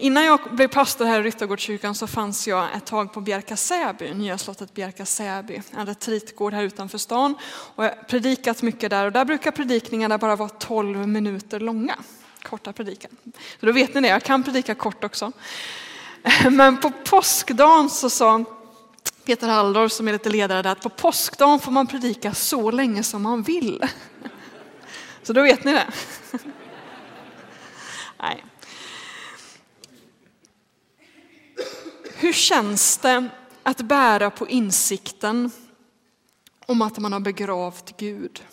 Innan jag blev pastor här i Ryttargårdskyrkan så fanns jag ett tag på Bjärka Säby, nya slottet Bjärka Säby, en retreatgård här utanför stan. Och jag har predikat mycket där och där brukar predikningarna bara vara 12 minuter långa, korta predikan. Så då vet ni det, jag kan predika kort också. Men på påskdagen så sa Peter Halldorf som är lite ledare där att på påskdagen får man predika så länge som man vill. Så då vet ni det. Nej. Hur känns det att bära på insikten om att man har begravt Gud?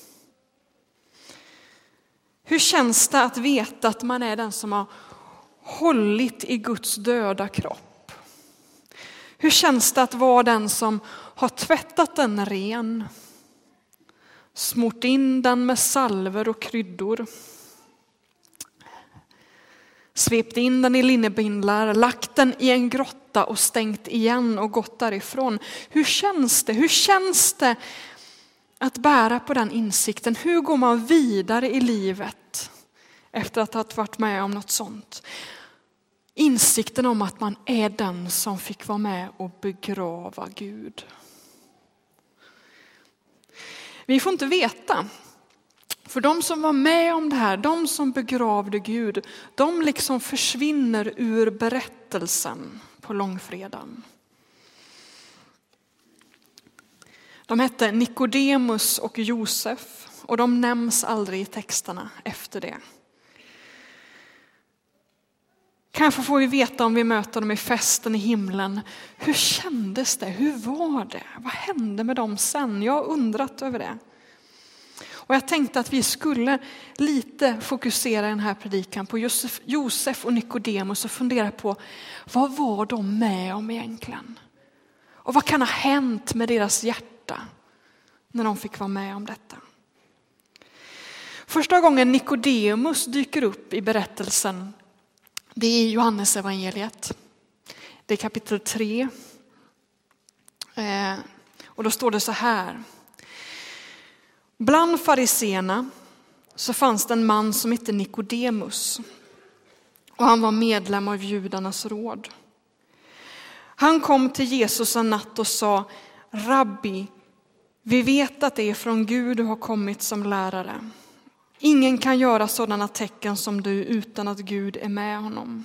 Hur känns det att veta att man är den som har hållit i Guds döda kropp? Hur känns det att vara den som har tvättat den ren, smort in den med salver och kryddor, svept in den i linnebindlar, lagt den i en grotta och stängt igen och gått därifrån? Hur känns det? Hur känns det att bära på den insikten? Hur går man vidare i livet efter att ha varit med om något sånt? Insikten om att man är den som fick vara med och begrava Gud. Vi får inte veta. För de som var med om det här, de som begravde Gud, de liksom försvinner ur berättelsen på långfredagen. De hette Nikodemus och Josef och de nämns aldrig i texterna efter det. Kanske får vi veta om vi möter dem i festen i himlen. Hur kändes det? Hur var det? Vad hände med dem sen? Jag har undrat över det. Och jag tänkte att vi skulle lite fokusera den här predikan på Josef och Nikodemus och fundera på vad var de med om egentligen? Och vad kan ha hänt med deras hjärta när de fick vara med om detta? Första gången Nikodemus dyker upp i berättelsen, det är i Johannes evangeliet. Det är kapitel 3. Och då står det så här. Bland fariseerna så fanns det en man som hette Nikodemus. Och han var medlem av judarnas råd. Han kom till Jesus en natt och sa: Rabbi, vi vet att det är från Gud du har kommit som lärare. Ingen kan göra sådana tecken som du utan att Gud är med honom.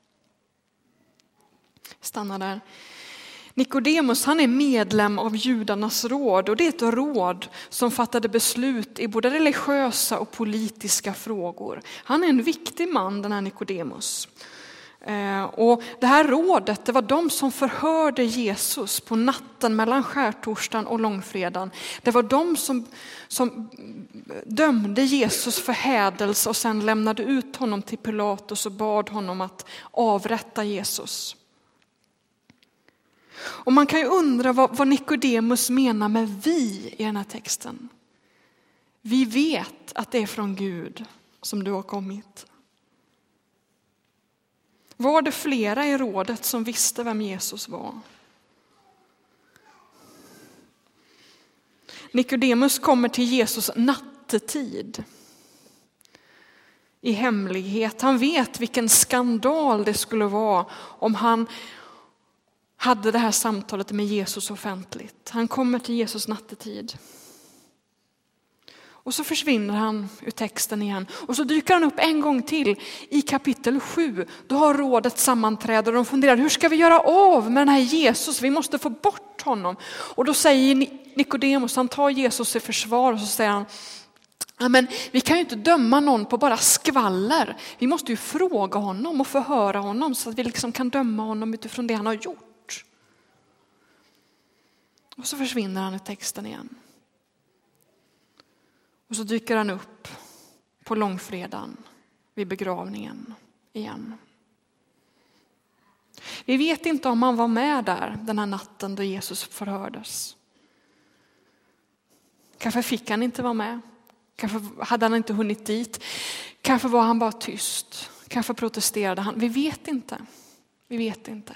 Stanna där. Nikodemus, han är medlem av judarnas råd och det är ett råd som fattade beslut i både religiösa och politiska frågor. Han är en viktig man, den här Nikodemus. Och det här rådet, det var de som förhörde Jesus på natten mellan skärtorsdagen och långfredagen. Det var de som dömde Jesus för hädelse och sen lämnade ut honom till Pilatus och bad honom att avrätta Jesus. Och man kan ju undra vad Nikodemus menar med vi i den här texten. Vi vet att det är från Gud som du har kommit. Var det flera i rådet som visste vem Jesus var? Nikodemus kommer till Jesus nattetid. I hemlighet. Han vet vilken skandal det skulle vara om han hade det här samtalet med Jesus offentligt. Han kommer till Jesus nattetid. Och så försvinner han ur texten igen. Och så dyker han upp en gång till i kapitel 7. Då har rådet sammanträde och de funderar, hur ska vi göra av med den här Jesus? Vi måste få bort honom. Och då säger Nikodemus, han tar Jesus i försvar och så säger han, ja, men vi kan ju inte döma någon på bara skvaller. Vi måste ju fråga honom och förhöra honom så att vi liksom kan döma honom utifrån det han har gjort. Och så försvinner han i texten igen. Och så dyker han upp på långfredagen vid begravningen igen. Vi vet inte om han var med där den här natten då Jesus förhördes. Kanske fick han inte vara med. Kanske hade han inte hunnit dit. Kanske var han bara tyst. Kanske protesterade han. Vi vet inte. Vi vet inte.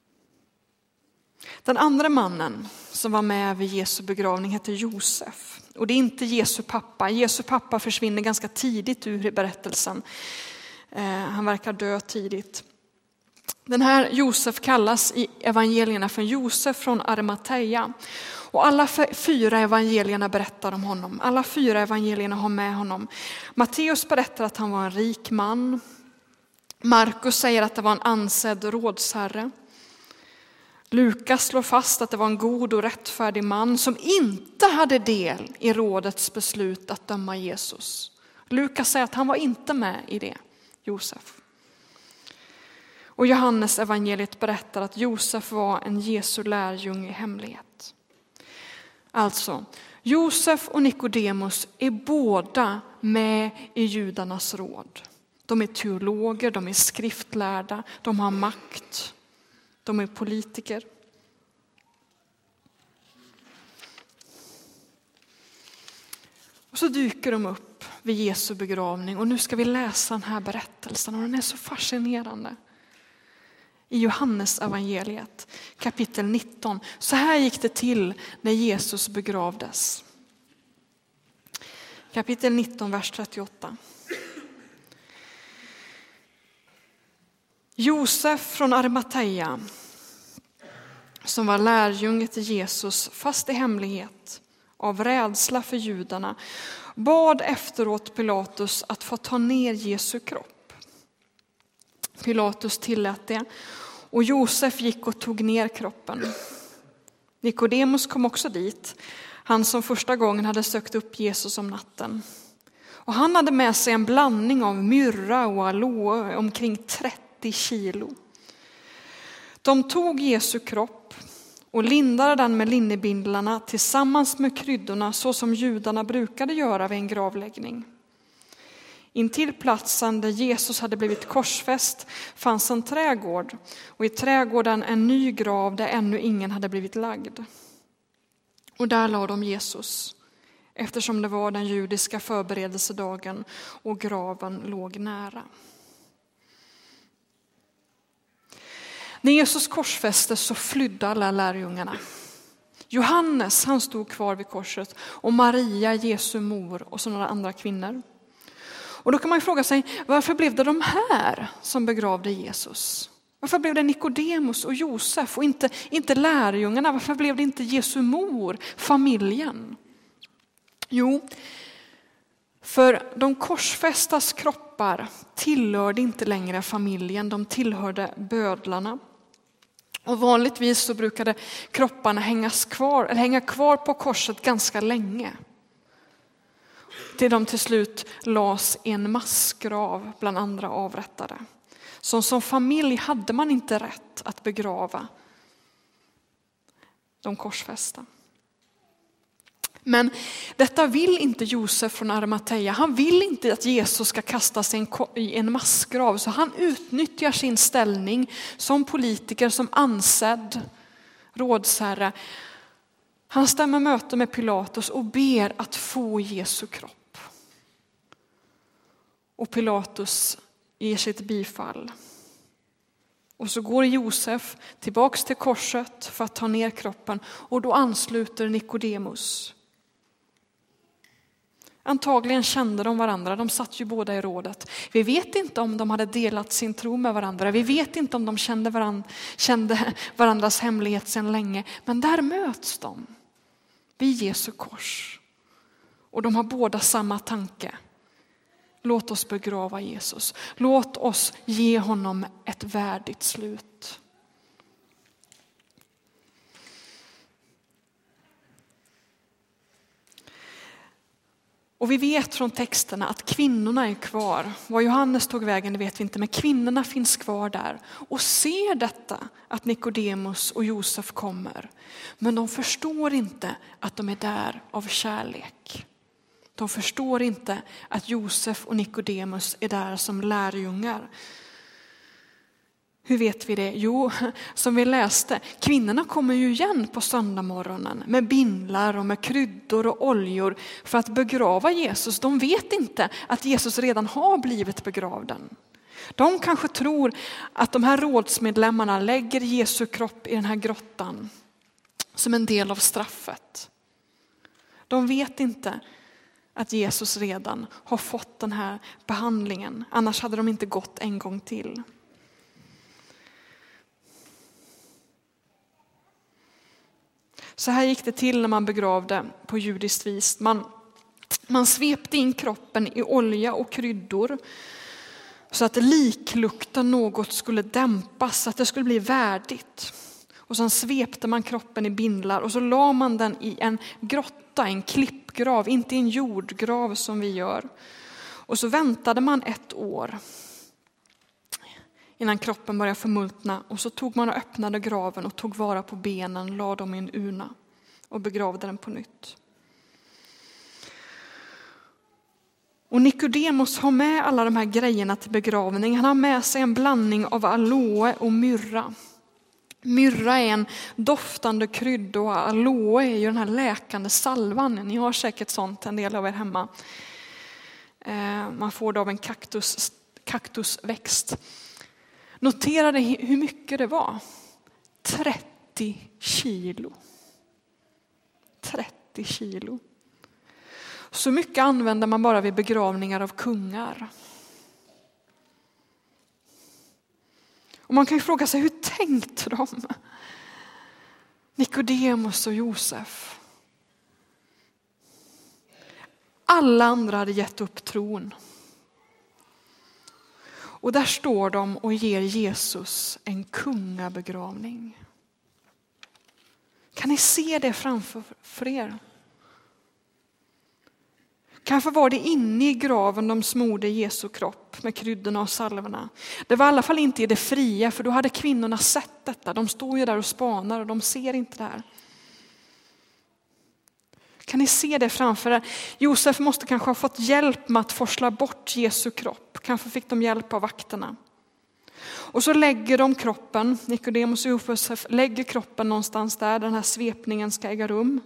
Den andra mannen som var med vid Jesu begravning heter Josef. Och det är inte Jesu pappa. Jesu pappa försvinner ganska tidigt ur berättelsen. Han verkar dö tidigt. Den här Josef kallas i evangelierna för Josef från Arimatea. Och alla 4 evangelierna berättar om honom. Alla 4 evangelierna har med honom. Matteus berättar att han var en rik man. Markus säger att det var en ansedd rådsherre. Lukas slår fast att det var en god och rättfärdig man som inte hade del i rådets beslut att döma Jesus. Lukas säger att han var inte med i det, Josef. Och Johannes evangeliet berättar att Josef var en Jesu lärjunge i hemlighet. Alltså, Josef och Nikodemus är båda med i judarnas råd. De är teologer, de är skriftlärda, de har makt, de är politiker. Och så dyker de upp vid Jesu begravning och nu ska vi läsa den här berättelsen och den är så fascinerande. I Johannes evangeliet kapitel 19. Så här gick det till när Jesus begravdes. Kapitel 19, vers 38. Josef från Arimatea, som var lärjunge till Jesus fast i hemlighet av rädsla för judarna, bad efteråt Pilatus att få ta ner Jesu kropp. Pilatus tillät det och Josef gick och tog ner kroppen. Nikodemus kom också dit, han som första gången hade sökt upp Jesus om natten. Och han hade med sig en blandning av myrra och aloe, omkring 30 kilo. De tog Jesu kropp och lindade den med linnebindlarna tillsammans med kryddorna så som judarna brukade göra vid en gravläggning. Intill platsen där Jesus hade blivit korsfäst fanns en trädgård och i trädgården en ny grav där ännu ingen hade blivit lagd. Och där lade de Jesus eftersom det var den judiska förberedelsedagen och graven låg nära. När Jesus korsfästes så flydde alla lärjungarna. Johannes, han stod kvar vid korset och Maria, Jesu mor och så några andra kvinnor. Och då kan man ju fråga sig, varför blev det de här som begravde Jesus? Varför blev det Nikodemus och Josef och inte lärjungarna? Varför blev det inte Jesu mor, familjen? Jo, för de korsfästas kroppar tillhörde inte längre familjen, de tillhörde bödlarna. Och vanligtvis så brukade kropparna hänga kvar på korset ganska länge. Till de till slut lades i en massgrav bland andra avrättade. Så som familj hade man inte rätt att begrava de korsfästa. Men detta vill inte Josef från Arimatea. Han vill inte att Jesus ska kastas i en massgrav. Så han utnyttjar sin ställning som politiker, som ansedd rådsherre. Han stämmer möte med Pilatus och ber att få Jesu kropp. Och Pilatus ger sitt bifall. Och så går Josef tillbaks till korset för att ta ner kroppen. Och då ansluter Nikodemus. Antagligen kände de varandra, de satt ju båda i rådet. Vi vet inte om de hade delat sin tro med varandra. Vi vet inte om de kände varandras hemlighet sedan länge. Men där möts de vid Jesu kors. Och de har båda samma tanke. Låt oss begrava Jesus. Låt oss ge honom ett värdigt slut. Och vi vet från texterna att kvinnorna är kvar. Var Johannes tog vägen det vet vi inte, men kvinnorna finns kvar där. Och ser detta att Nikodemus och Josef kommer. Men de förstår inte att de är där av kärlek. De förstår inte att Josef och Nikodemus är där som lärjungar. Hur vet vi det? Jo, som vi läste, kvinnorna kommer ju igen på söndagmorgonen med bindlar och med kryddor och oljor för att begrava Jesus. De vet inte att Jesus redan har blivit begravden. De kanske tror att de här rådsmedlemmarna lägger Jesu kropp i den här grottan som en del av straffet. De vet inte att Jesus redan har fått den här behandlingen. Annars hade de inte gått en gång till. Så här gick det till när man begravde på judiskt vis. Man svepte in kroppen i olja och kryddor så att liklukten något skulle dämpas, så att det skulle bli värdigt. Och sen svepte man kroppen i bindlar och så la man den i en grotta, en klippgrav, inte en jordgrav som vi gör. Och så väntade man 1 år innan kroppen började förmultna, och så tog man och öppnade graven och tog vara på benen, la dem i en urna och begravde den på nytt. Och Nikodemus har med alla de här grejerna till begravning. Han har med sig en blandning av aloe och myrra. Myrra är en doftande krydda och aloe är ju den här läkande salvan. Ni har säkert sånt, en del av er hemma. Man får det av en kaktusväxt. Noterade hur mycket det var? 30 kilo. 30 kilo. Så mycket använder man bara vid begravningar av kungar. Och man kan ju fråga sig, hur tänkte de? Nikodemus och Josef. Alla andra hade gett upp tron. Och där står de och ger Jesus en kungabegravning. Kan ni se det framför er? Kanske var det inne i graven de smorde Jesu kropp med kryddorna och salvorna. Det var i alla fall inte i det fria, för då hade kvinnorna sett detta. De står ju där och spanar och de ser inte det här. Kan ni se det framför er? Josef måste kanske ha fått hjälp med att forsla bort Jesu kropp. Kanske fick de hjälp av vakterna. Och så lägger de kroppen, Nikodemus och Josef lägger kroppen någonstans där den här svepningen ska äga rum.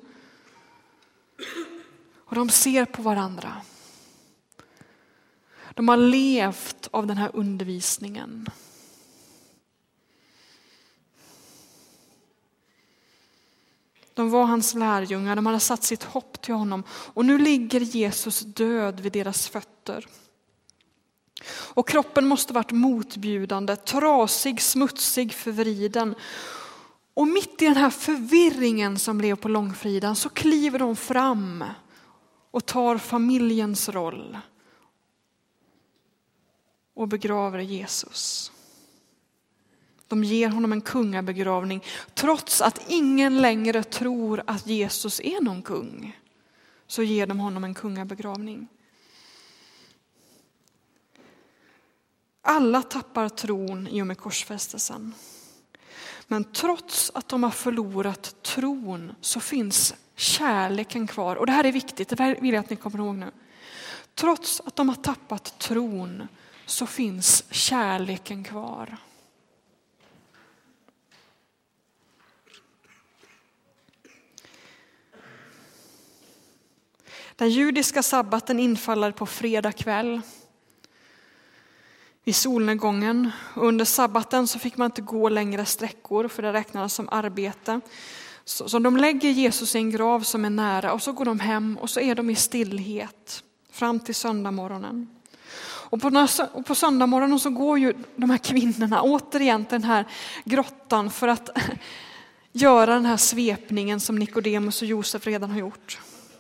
Och de ser på varandra. De har levt av den här undervisningen. De var hans lärjungar, de hade satt sitt hopp till honom. Och nu ligger Jesus död vid deras fötter. Och kroppen måste varit motbjudande, trasig, smutsig, förvriden. Och mitt i den här förvirringen som blev på långfredagen så kliver de fram och tar familjens roll och begraver Jesus. De ger honom en kungabegravning trots att ingen längre tror att Jesus är någon kung. Så ger de honom en kungabegravning. Alla tappar tron i och med korsfästelsen. Men trots att de har förlorat tron så finns kärleken kvar. Och det här är viktigt, det vill jag att ni kommer ihåg nu. Trots att de har tappat tron så finns kärleken kvar. Den judiska sabbaten infaller på fredag kväll vid solnedgången. Under sabbaten så fick man inte gå längre sträckor för det räknades som arbete. Så de lägger Jesus i en grav som är nära och så går de hem och så är de i stillhet fram till söndagmorgonen. Och på söndagmorgonen så går ju de här kvinnorna återigen till den här grottan för att göra den här svepningen som Nikodemus och Josef redan har gjort.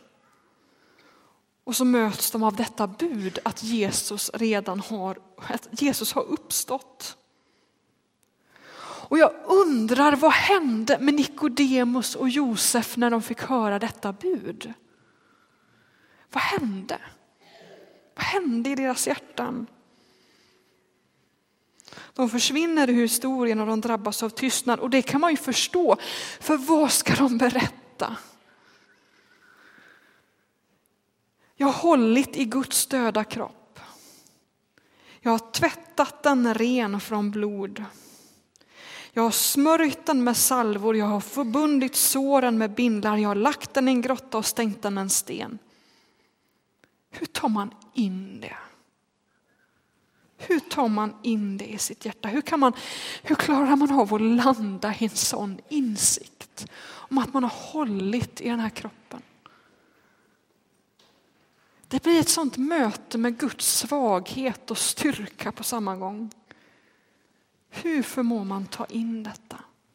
Och så möts de av detta bud att Jesus har uppstått. Och jag undrar, vad hände med Nikodemus och Josef när de fick höra detta bud? Vad hände? Vad hände i deras hjärtan? De försvinner i historien och de drabbas av tystnad. Och det kan man ju förstå. För vad ska de berätta? Jag har hållit i Guds döda kropp. Jag har tvättat den ren från blod. Jag har smörjt den med salvor. Jag har förbundit såren med bindlar. Jag har lagt den i en grotta och stängt den med en sten. Hur tar man in det? Hur tar man in det i sitt hjärta? Hur klarar man av att landa i en sån insikt om att man har hållit i den här kroppen? Det blir ett sånt möte med Guds svaghet och styrka på samma gång. Hur förmår man ta in detta?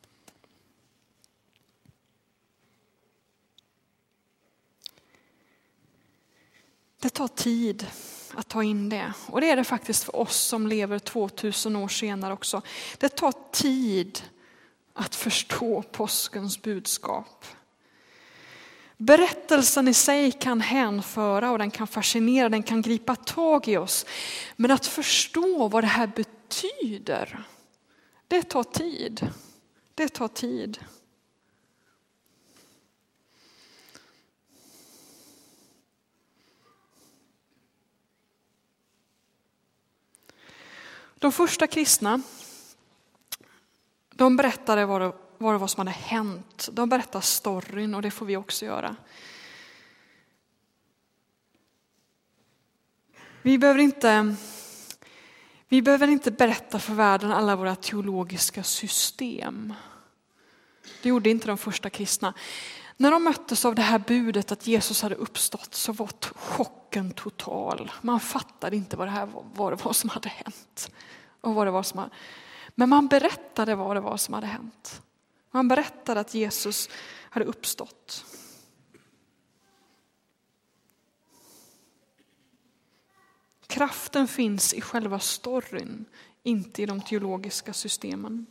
Det tar tid att ta in det. Och det är det faktiskt för oss som lever 2000 år senare också. Det tar tid att förstå påskens budskap. Berättelsen i sig kan hänföra och den kan fascinera, den kan gripa tag i oss. Men att förstå vad det här betyder, det tar tid. Det tar tid. De första kristna, de berättade vad som hade hänt. De berättar storyn och det får vi också göra. Vi behöver inte berätta för världen alla våra teologiska system. Det gjorde inte de första kristna. När de möttes av det här budet att Jesus hade uppstått så var chocken total. Man fattade inte vad det var som hade hänt. Men man berättade vad det var som hade hänt. Man berättade att Jesus hade uppstått. Kraften finns i själva storyn, inte i de teologiska systemen.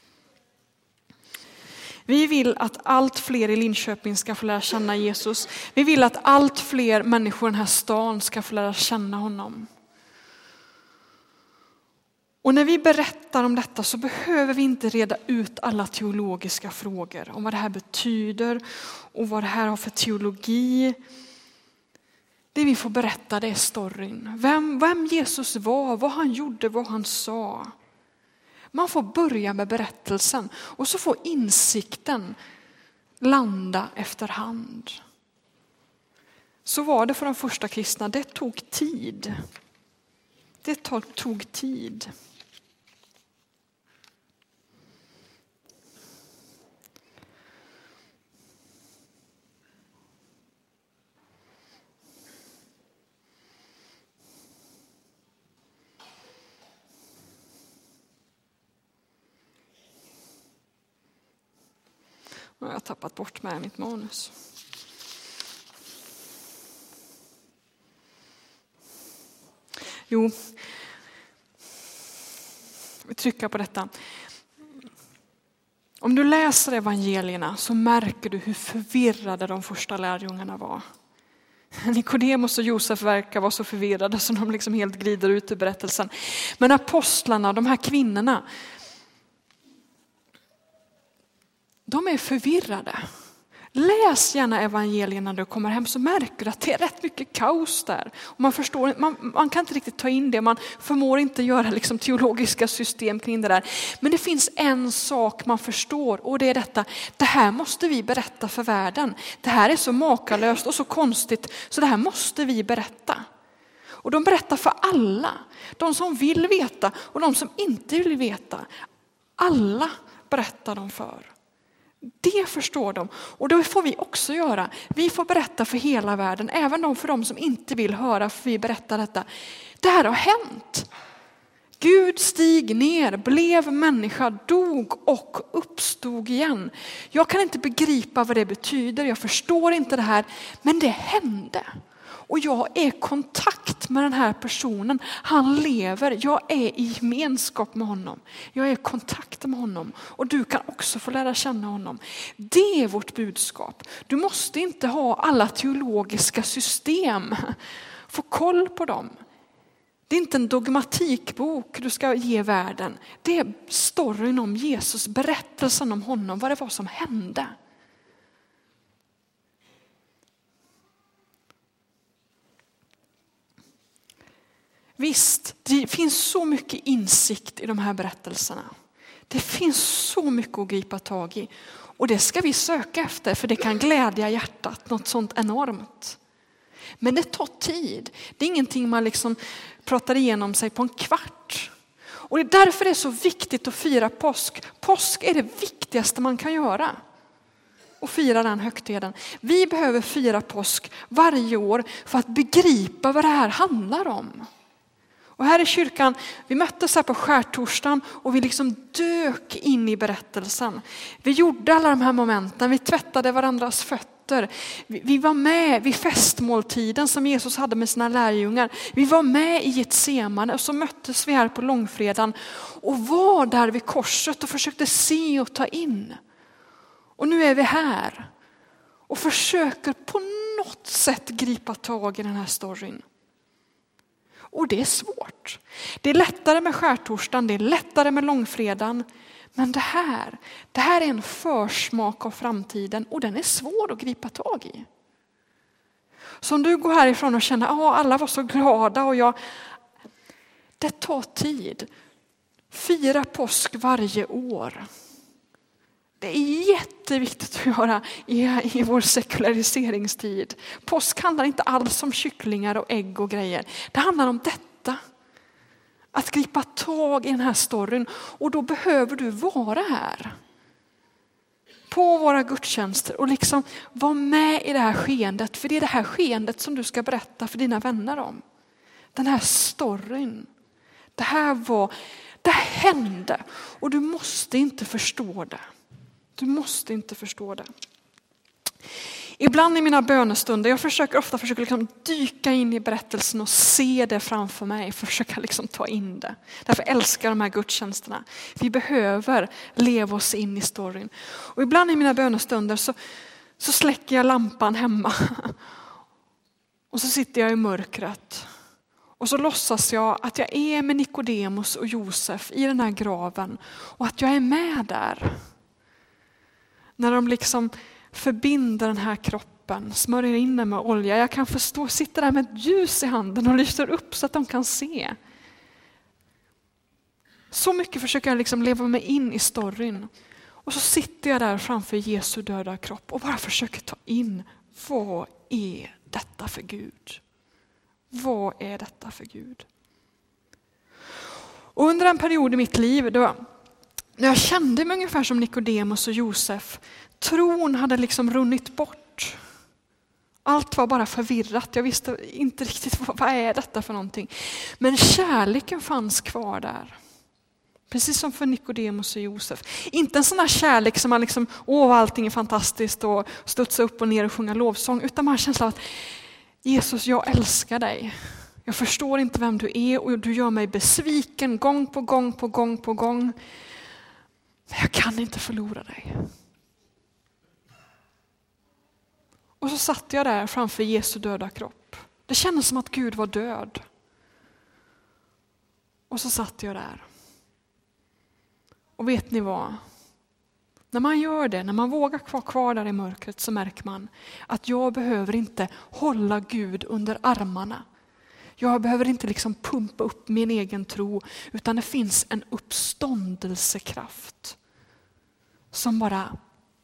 Vi vill att allt fler i Linköping ska få lära känna Jesus. Vi vill att allt fler människor i den här stan ska få lära känna honom. Och när vi berättar om detta så behöver vi inte reda ut alla teologiska frågor om vad det här betyder och vad det här har för teologi. Det vi får berätta, det är storyn. Vem Jesus var, vad han gjorde, vad han sa. Man får börja med berättelsen och så får insikten landa efterhand. Så var det för de första kristna. Det tog tid. Det tog tid. Jag har tappat bort med mitt manus. Jo, vi trycker på detta. Om du läser evangelierna så märker du hur förvirrade de första lärjungarna var. Nikodemus och Josef verkar vara så förvirrade så de liksom helt glider ut i berättelsen. Men apostlarna, de här kvinnorna, de är förvirrade. Läs gärna evangelierna när du kommer hem så märker du att det är rätt mycket kaos där. Och man kan inte riktigt ta in det, man förmår inte göra liksom teologiska system kring det där. Men det finns en sak man förstår och det är detta. Det här måste vi berätta för världen. Det här är så makalöst och så konstigt så det här måste vi berätta. Och de berättar för alla. De som vill veta och de som inte vill veta. Alla berättar de för. Det förstår de och det får vi också göra. Vi får berätta för hela världen, även för de som inte vill höra för vi berättar detta. Det här har hänt. Gud stig ner, blev människa, dog och uppstod igen. Jag kan inte begripa vad det betyder, jag förstår inte det här, men det hände. Och jag är i kontakt med den här personen. Han lever. Jag är i gemenskap med honom. Jag är i kontakt med honom. Och du kan också få lära känna honom. Det är vårt budskap. Du måste inte ha alla teologiska system. Få koll på dem. Det är inte en dogmatikbok du ska ge världen. Det är storyn om Jesus. Berättelsen om honom. Vad det var som hände. Visst, det finns så mycket insikt i de här berättelserna. Det finns så mycket att gripa tag i. Och det ska vi söka efter för det kan glädja hjärtat, något sånt enormt. Men det tar tid. Det är ingenting man liksom pratar igenom sig på en kvart. Och det är därför det är så viktigt att fira påsk. Påsk är det viktigaste man kan göra. och fira den högtiden. Vi behöver fira påsk varje år för att begripa vad det här handlar om. Och här i kyrkan, vi möttes här på skärtorsdagen och vi liksom dök in i berättelsen. Vi gjorde alla de här momenten, vi tvättade varandras fötter. Vi var med vid festmåltiden som Jesus hade med sina lärjungar. Vi var med i Getsemane och så möttes vi här på långfredagen och var där vid korset och försökte se och ta in. Och nu är vi här och försöker på något sätt gripa tag i den här storyn. Och det är svårt. Det är lättare med skärtorsdagen, det är lättare med långfredagen. Men det här är en försmak av framtiden och den är svår att gripa tag i. Så om du går härifrån och känner att alla var så glada och det tar tid. Fira påsk varje år. Det är jätteviktigt att göra i vår sekulariseringstid. Påsk handlar inte alls om kycklingar och ägg och grejer. Det handlar om detta. Att gripa tag i den här storyn. Och då behöver du vara här. På våra gudstjänster och liksom vara med i det här skeendet. För det är det här skeendet som du ska berätta för dina vänner om. Den här storyn. Det hände och du måste inte förstå det. Du måste inte förstå det. Ibland i mina bönestunder, jag försöker liksom dyka in i berättelsen och se det framför mig. Försöka liksom ta in det. Därför älskar jag de här gudstjänsterna. Vi behöver leva oss in i storyn. Och ibland i mina bönestunder så släcker jag lampan hemma. Och så sitter jag i mörkret. Och så låtsas jag att jag är med Nikodemus och Josef i den här graven. Och att jag är med där. När de liksom förbinder den här kroppen, smörjer in den med olja. Jag kan förstå, sitter där med ett ljus i handen och lyser upp så att de kan se. Så mycket försöker jag liksom leva mig in i storyn. Och så sitter jag där framför Jesu döda kropp och bara försöker ta in, vad är detta för Gud? Vad är detta för Gud? Och under en period i mitt liv då jag kände mig ungefär som Nikodemus och Josef. Tron hade liksom runnit bort. Allt var bara förvirrat. Jag visste inte riktigt vad är detta för någonting. Men kärleken fanns kvar där. Precis som för Nikodemus och Josef. Inte en sån här kärlek som man liksom, allting är fantastiskt och studsa upp och ner och sjunga lovsång. Utan man har känslan av att Jesus, jag älskar dig. Jag förstår inte vem du är och du gör mig besviken gång på gång på gång på gång. Men jag kan inte förlora dig. Och så satt jag där framför Jesu döda kropp. Det kändes som att Gud var död. Och så satt jag där. Och vet ni vad? När man gör det, när man vågar vara kvar där i mörkret så märker man att jag behöver inte hålla Gud under armarna. Jag behöver inte liksom pumpa upp min egen tro, utan det finns en uppståndelsekraft som bara...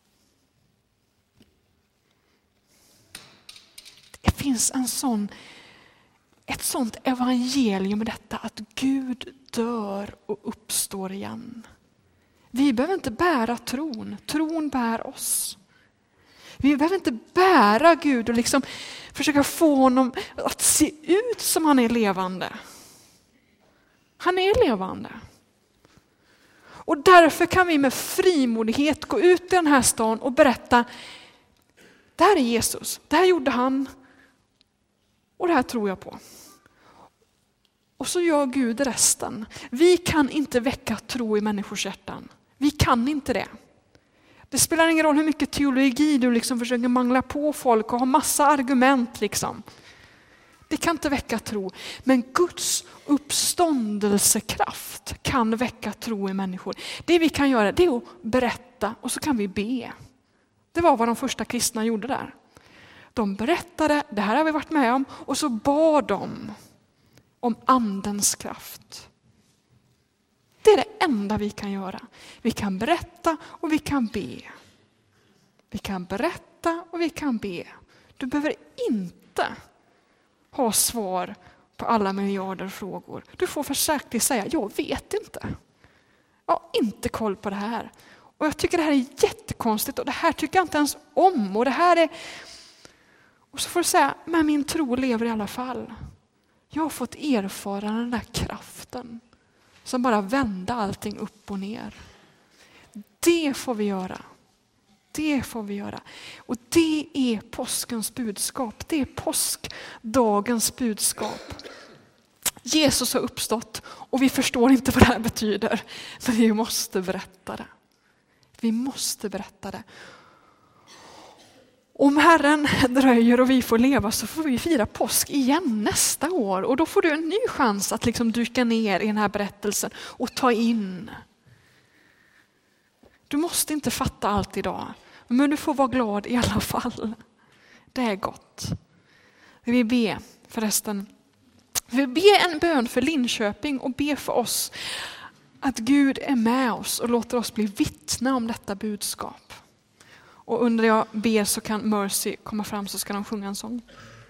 Det finns ett sånt evangelium i detta att Gud dör och uppstår igen. Vi behöver inte bära tron bär oss. Vi behöver inte bära Gud och liksom försöka få honom att se ut som han är levande. Han är levande. Och därför kan vi med frimodighet gå ut i den här stan och berätta, det här är Jesus, det här gjorde han och det här tror jag på. Och så gör Gud resten. Vi kan inte väcka tro i människors hjärtan. Vi kan inte det. Det spelar ingen roll hur mycket teologi du liksom försöker mangla på folk och ha massa argument liksom. Det kan inte väcka tro. Men Guds uppståndelsekraft kan väcka tro i människor. Det vi kan göra det är att berätta och så kan vi be. Det var vad de första kristna gjorde där. De berättade, det här har vi varit med om, och så bad de om andens kraft. Det är det enda vi kan göra. Vi kan berätta och vi kan be. Vi kan berätta och vi kan be. Du behöver inte ha svar på alla miljarder frågor. Du får för säkert säga, jag vet inte. Jag har inte koll på det här. Och Och jag tycker det här är jättekonstigt och det här tycker jag inte ens om. Och så får du säga, men min tro lever i alla fall. Jag har fått erfara den där kraften som bara vände allting upp och ner. Det får vi göra. Det får vi göra. Och det är påskens budskap. Det är påskdagens budskap. Jesus har uppstått och vi förstår inte vad det här betyder. Men vi måste berätta det. Vi måste berätta det. Om Herren dröjer och vi får leva så får vi fira påsk igen nästa år. Och då får du en ny chans att liksom dyka ner i den här berättelsen och ta in. Du måste inte fatta allt idag. Men du får vara glad i alla fall. Det är gott. Vi ber förresten. Vi ber en bön för Linköping och ber för oss att Gud är med oss och låter oss bli vittna om detta budskap. Och under jag ber så kan Mercy komma fram så ska de sjunga en sång.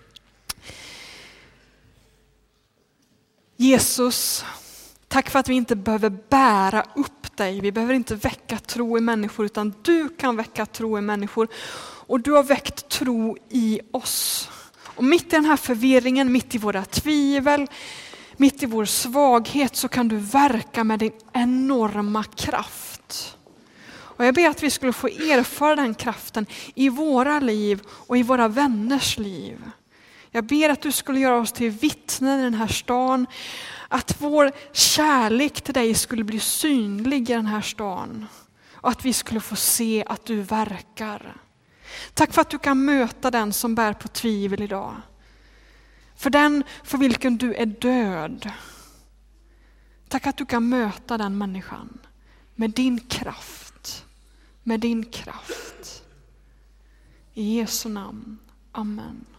Jesus, tack för att vi inte behöver bära upp dig. Vi behöver inte väcka tro i människor utan du kan väcka tro i människor. Och du har väckt tro i oss. Och mitt i den här förvirringen, mitt i våra tvivel, mitt i vår svaghet så kan du verka med din enorma kraft. Och jag ber att vi skulle få erfara den kraften i våra liv och i våra vänners liv. Jag ber att du skulle göra oss till vittnen i den här stan. Att vår kärlek till dig skulle bli synlig i den här stan. Och att vi skulle få se att du verkar. Tack för att du kan möta den som bär på tvivel idag. För den för vilken du är död. Tack att du kan möta den människan med din kraft. Med din kraft. I Jesu namn. Amen.